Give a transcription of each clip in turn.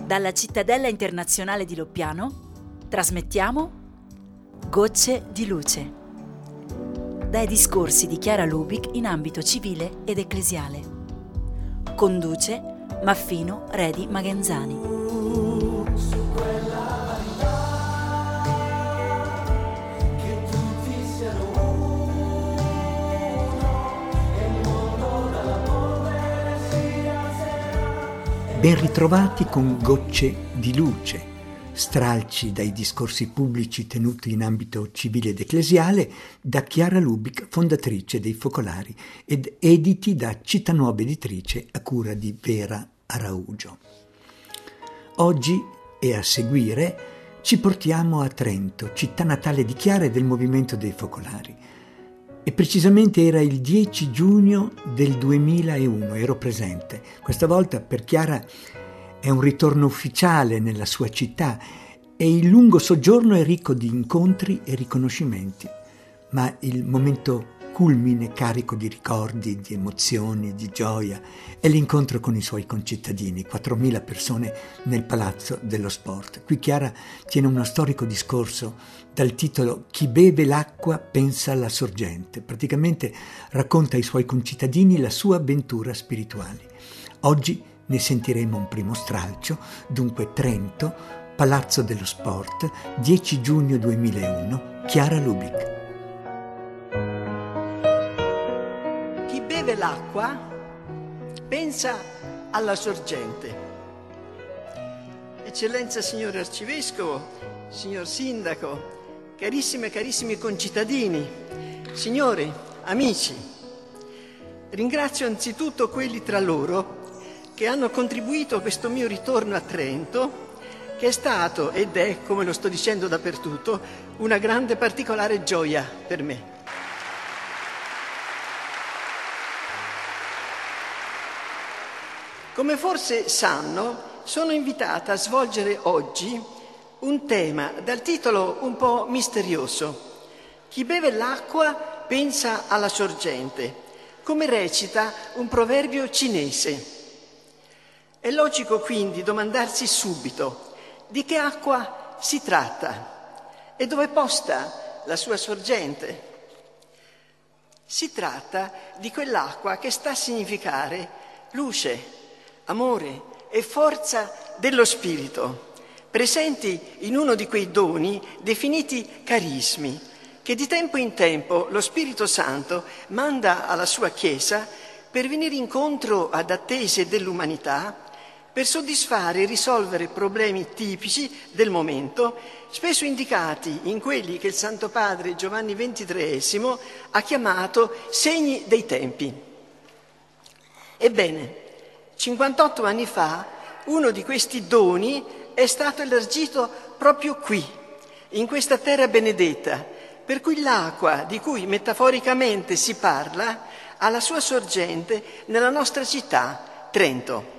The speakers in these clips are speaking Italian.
Dalla Cittadella Internazionale di Loppiano trasmettiamo Gocce di Luce, dai discorsi di Chiara Lubick in ambito civile ed ecclesiale. Conduce Maffino Redi Magenzani. Ben ritrovati con Gocce di Luce, stralci dai discorsi pubblici tenuti in ambito civile ed ecclesiale da Chiara Lubick, fondatrice dei Focolari, ed editi da Cittanuova Editrice a cura di Vera Araugio. Oggi e a seguire ci portiamo a Trento, città natale di Chiara e del movimento dei Focolari. E precisamente era il 10 giugno del 2001, ero presente. Questa volta per Chiara è un ritorno ufficiale nella sua città e il lungo soggiorno è ricco di incontri e riconoscimenti. Ma il momento culmine, carico di ricordi, di emozioni, di gioia, è l'incontro con i suoi concittadini, 4.000 persone nel Palazzo dello Sport. Qui Chiara tiene uno storico discorso dal titolo «Chi beve l'acqua pensa alla sorgente». Praticamente racconta ai suoi concittadini la sua avventura spirituale. Oggi ne sentiremo un primo stralcio, dunque Trento, Palazzo dello Sport, 10 giugno 2001, Chiara Lubick. Chi beve l'acqua pensa alla sorgente. Eccellenza signor Arcivescovo, signor Sindaco, carissime e carissimi concittadini, signore, amici, ringrazio anzitutto quelli tra loro che hanno contribuito a questo mio ritorno a Trento, che è stato ed è, come lo sto dicendo dappertutto, una grande particolare gioia per me. Come forse sanno, sono invitata a svolgere oggi un tema dal titolo un po' misterioso. Chi beve l'acqua pensa alla sorgente, come recita un proverbio cinese. È logico quindi domandarsi subito di che acqua si tratta e dove è posta la sua sorgente. Si tratta di quell'acqua che sta a significare luce, amore e forza dello spirito, presenti in uno di quei doni definiti carismi, che di tempo in tempo lo Spirito Santo manda alla sua Chiesa per venire incontro ad attese dell'umanità, per soddisfare e risolvere problemi tipici del momento, spesso indicati in quelli che il Santo Padre Giovanni XXIII ha chiamato segni dei tempi. Ebbene, 58 anni fa uno di questi doni è stato elargito proprio qui, in questa terra benedetta, per cui l'acqua di cui metaforicamente si parla ha la sua sorgente nella nostra città, Trento.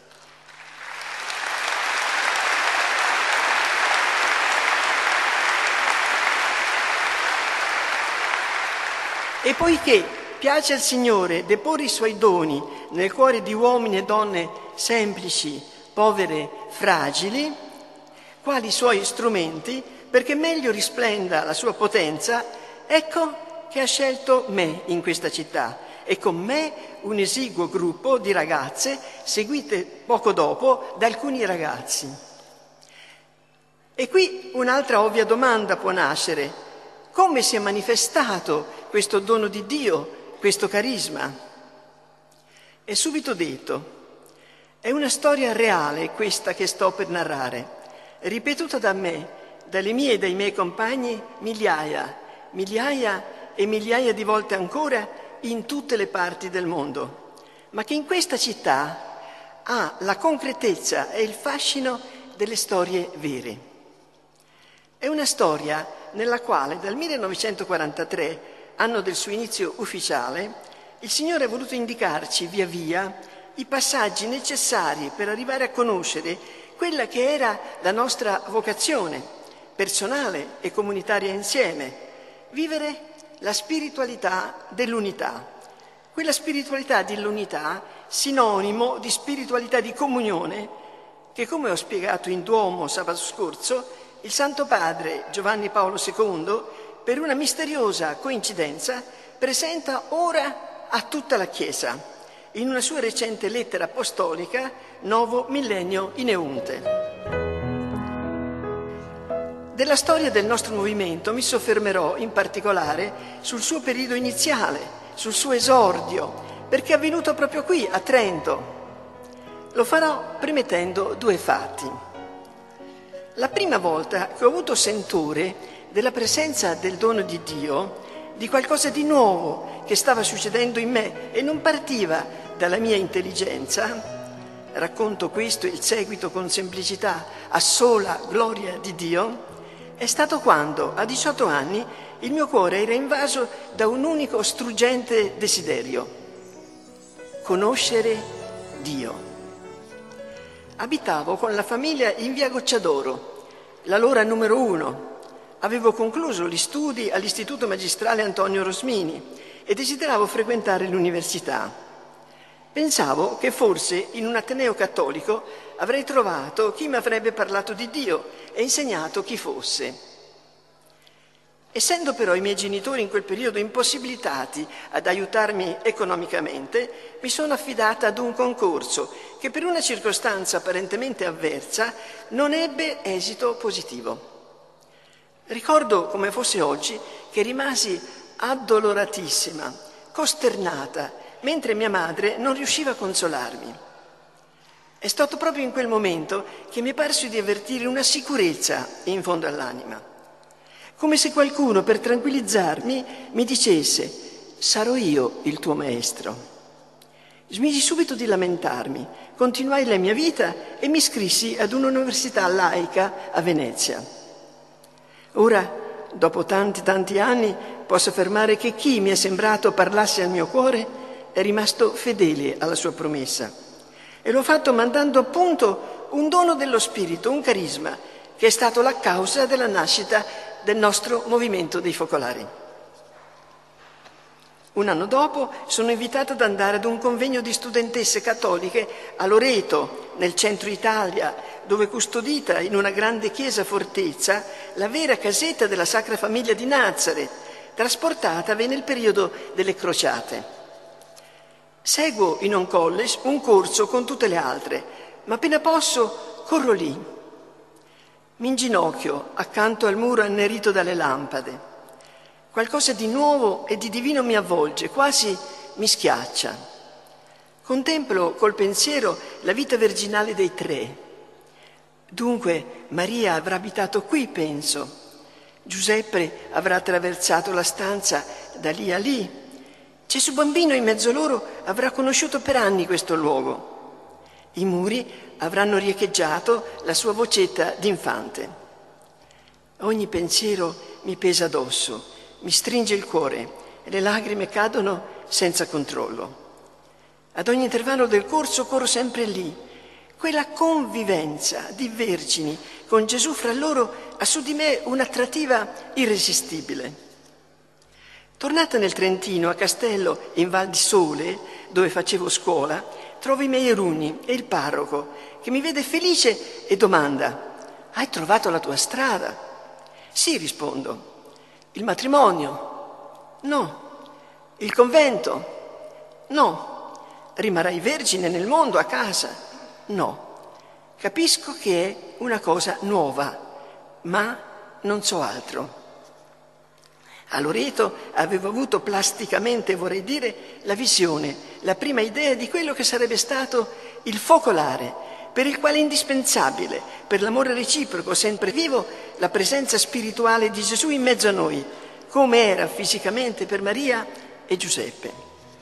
E poiché piace al Signore deporre i Suoi doni nel cuore di uomini e donne semplici, povere, fragili, quali Suoi strumenti, perché meglio risplenda la Sua potenza, ecco che ha scelto me in questa città e con me un esiguo gruppo di ragazze seguite poco dopo da alcuni ragazzi. E qui un'altra ovvia domanda può nascere: come si è manifestato questo dono di Dio, questo carisma? È subito detto: è una storia reale questa che sto per narrare, ripetuta da me, dalle mie e dai miei compagni migliaia e migliaia di volte ancora in tutte le parti del mondo, ma che in questa città ha la concretezza e il fascino delle storie vere. È una storia nella quale dal 1943, anno del suo inizio ufficiale, il Signore ha voluto indicarci via via i passaggi necessari per arrivare a conoscere quella che era la nostra vocazione, personale e comunitaria insieme, vivere la spiritualità dell'unità. Quella spiritualità dell'unità, sinonimo di spiritualità di comunione, che, come ho spiegato in Duomo sabato scorso, il Santo Padre Giovanni Paolo II, per una misteriosa coincidenza, presenta ora a tutta la Chiesa, in una sua recente lettera apostolica, Novo Millennio in Eunte. Della storia del nostro movimento mi soffermerò in particolare sul suo periodo iniziale, sul suo esordio, perché è avvenuto proprio qui, a Trento. Lo farò premettendo due fatti. La prima volta che ho avuto sentore della presenza del dono di Dio, di qualcosa di nuovo che stava succedendo in me e non partiva dalla mia intelligenza, racconto questo il seguito con semplicità a sola gloria di Dio, è stato quando a 18 anni il mio cuore era invaso da un unico struggente desiderio: conoscere Dio. Abitavo con la famiglia in via Gocciadoro, l'allora numero 1. Avevo concluso gli studi all'Istituto Magistrale Antonio Rosmini e desideravo frequentare l'università. Pensavo che forse in un ateneo cattolico avrei trovato chi mi avrebbe parlato di Dio e insegnato chi fosse. Essendo però i miei genitori in quel periodo impossibilitati ad aiutarmi economicamente, mi sono affidata ad un concorso che per una circostanza apparentemente avversa non ebbe esito positivo. Ricordo come fosse oggi che rimasi addoloratissima, costernata, mentre mia madre non riusciva a consolarmi. È stato proprio in quel momento che mi è parso di avvertire una sicurezza in fondo all'anima, come se qualcuno, per tranquillizzarmi, mi dicesse: sarò io il tuo maestro. Smisi subito di lamentarmi, continuai la mia vita e mi iscrissi ad un'università laica a Venezia. Ora, dopo tanti anni, posso affermare che chi mi è sembrato parlasse al mio cuore è rimasto fedele alla sua promessa e l'ho fatto mandando appunto un dono dello Spirito, un carisma, che è stato la causa della nascita del nostro movimento dei focolari. Un anno dopo sono invitata ad andare ad un convegno di studentesse cattoliche a Loreto, nel centro Italia, dove custodita in una grande chiesa fortezza la vera casetta della Sacra Famiglia di Nazareth, trasportatavi nel periodo delle crociate. Seguo in un college un corso con tutte le altre, ma appena posso corro lì. Mi inginocchio accanto al muro annerito dalle lampade. Qualcosa di nuovo e di divino mi avvolge, quasi mi schiaccia. Contemplo col pensiero la vita virginale dei tre. Dunque Maria avrà abitato qui, penso. Giuseppe avrà attraversato la stanza da lì a lì. Gesù bambino in mezzo loro avrà conosciuto per anni questo luogo. I muri avranno riecheggiato la sua vocetta d'infante. Ogni pensiero mi pesa addosso, mi stringe il cuore e le lacrime cadono senza controllo. Ad ogni intervallo del corso corro sempre lì. Quella convivenza di vergini con Gesù fra loro ha su di me un'attrattiva irresistibile. Tornata nel Trentino, a Castello, in Val di Sole, dove facevo scuola, trovo i miei eruni e il parroco, che mi vede felice e domanda: hai trovato la tua strada? Sì, rispondo. Il matrimonio? No. Il convento? No. Rimarrai vergine nel mondo, a casa? No. Capisco che è una cosa nuova, ma non so altro. A Loreto avevo avuto plasticamente, vorrei dire, la visione, la prima idea di quello che sarebbe stato il focolare, per il quale è indispensabile, per l'amore reciproco sempre vivo, la presenza spirituale di Gesù in mezzo a noi, come era fisicamente per Maria e Giuseppe.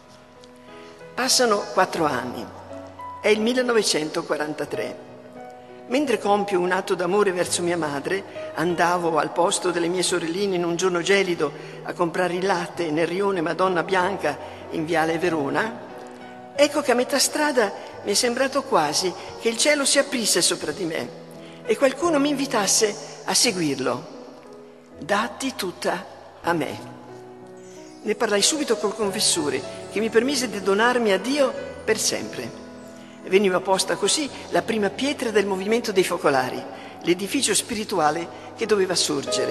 Passano 4 anni, è il 1943. Mentre compio un atto d'amore verso mia madre, andavo al posto delle mie sorelline in un giorno gelido a comprare il latte nel rione Madonna Bianca in Viale Verona. Ecco che a metà strada mi è sembrato quasi che il cielo si aprisse sopra di me e qualcuno mi invitasse a seguirlo. Datti tutta a me. Ne parlai subito col confessore, che mi permise di donarmi a Dio per sempre. veniva posta così la prima pietra del movimento dei focolari, l'edificio spirituale che doveva sorgere.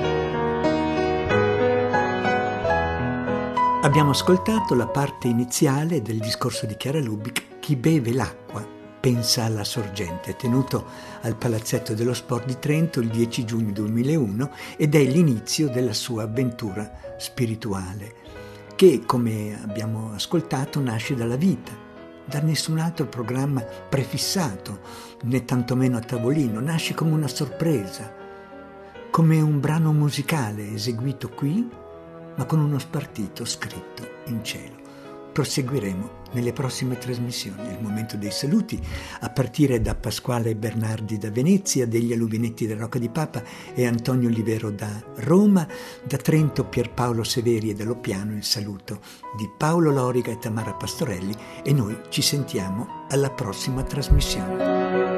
Abbiamo ascoltato la parte iniziale del discorso di Chiara Lubick, Chi beve l'acqua pensa alla sorgente, tenuto al Palazzetto dello Sport di Trento il 10 giugno 2001, ed è l'inizio della sua avventura spirituale, che, come abbiamo ascoltato, nasce dalla vita, da nessun altro programma prefissato, né tantomeno a tavolino, nasce come una sorpresa, come un brano musicale eseguito qui, ma con uno spartito scritto in cielo. Proseguiremo nelle prossime trasmissioni. È il momento dei saluti, a partire da Pasquale Bernardi da Venezia, degli Aluvinetti da Rocca di Papa e Antonio Olivero da Roma, da Trento Pierpaolo Severi e da Loppiano il saluto di Paolo Loriga e Tamara Pastorelli, e noi ci sentiamo alla prossima trasmissione.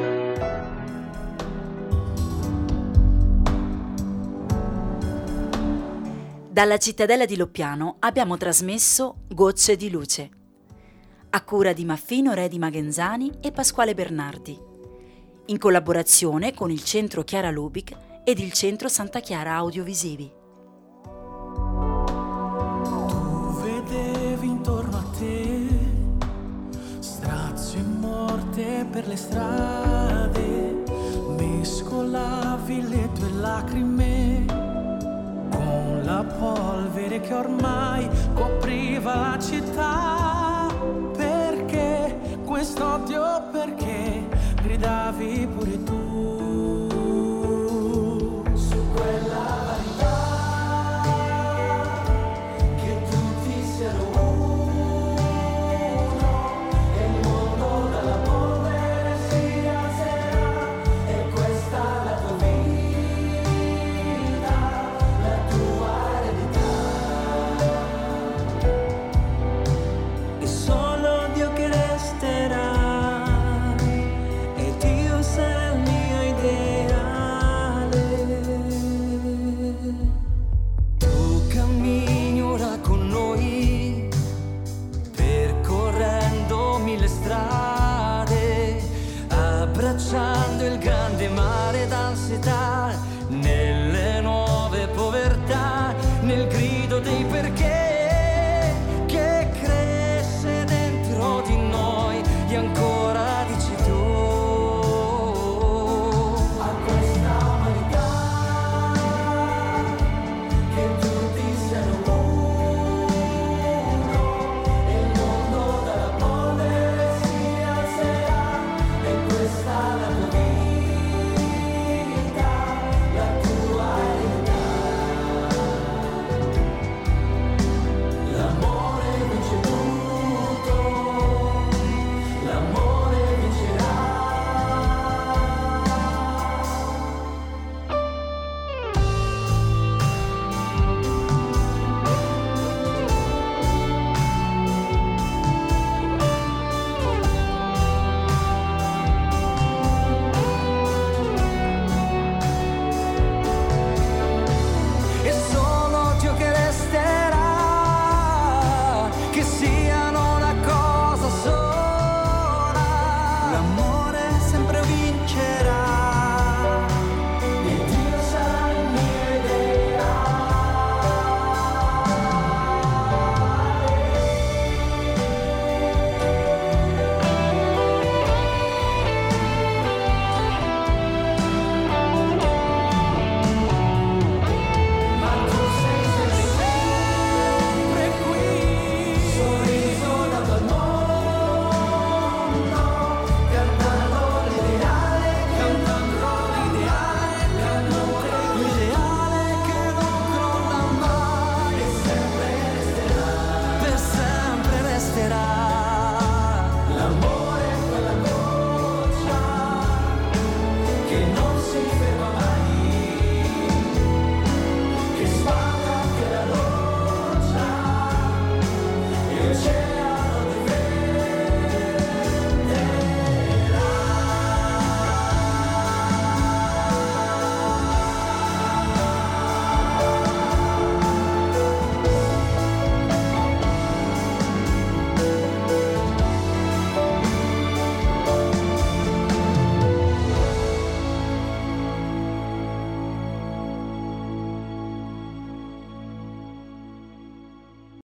Dalla cittadella di Loppiano abbiamo trasmesso Gocce di luce, a cura di Maffino Re di Magenzani e Pasquale Bernardi, in collaborazione con il Centro Chiara Lubick ed il Centro Santa Chiara Audiovisivi. Tu vedevi intorno a te strazio e morte per le strade, mescolavi le tue lacrime la polvere che ormai copriva la città. Perché quest'odio? Perché gridavi pure tu su quella vanità, che tutti siano uno e il mondo dalla polvere si alzerà. E questa è la tua vita, la tua solo Dio che resterà, e Dio sarà il mio ideale. Tu cammini ora con noi, percorrendo 1000 strade, abbracciando il grande mare d'ansietà, nelle nuove povertà, nel grido dei perché di noi, e ancora dici tu a questa umanità, che tutti siano uno e il mondo dalla polvere si alzerà. E questa è la tua vita, la tua eredità. L'amore vince tutto, l'amore vincerà. E solo Dio che resterà, che siano una cosa sola. L'amore sempre vincerà, e Dio sarà il mio ma tu sei sempre qui, sorriso dato al mondo, cantando l'ideale, l'ideale che non crolla mai, e sempre resterà, per sempre resterà.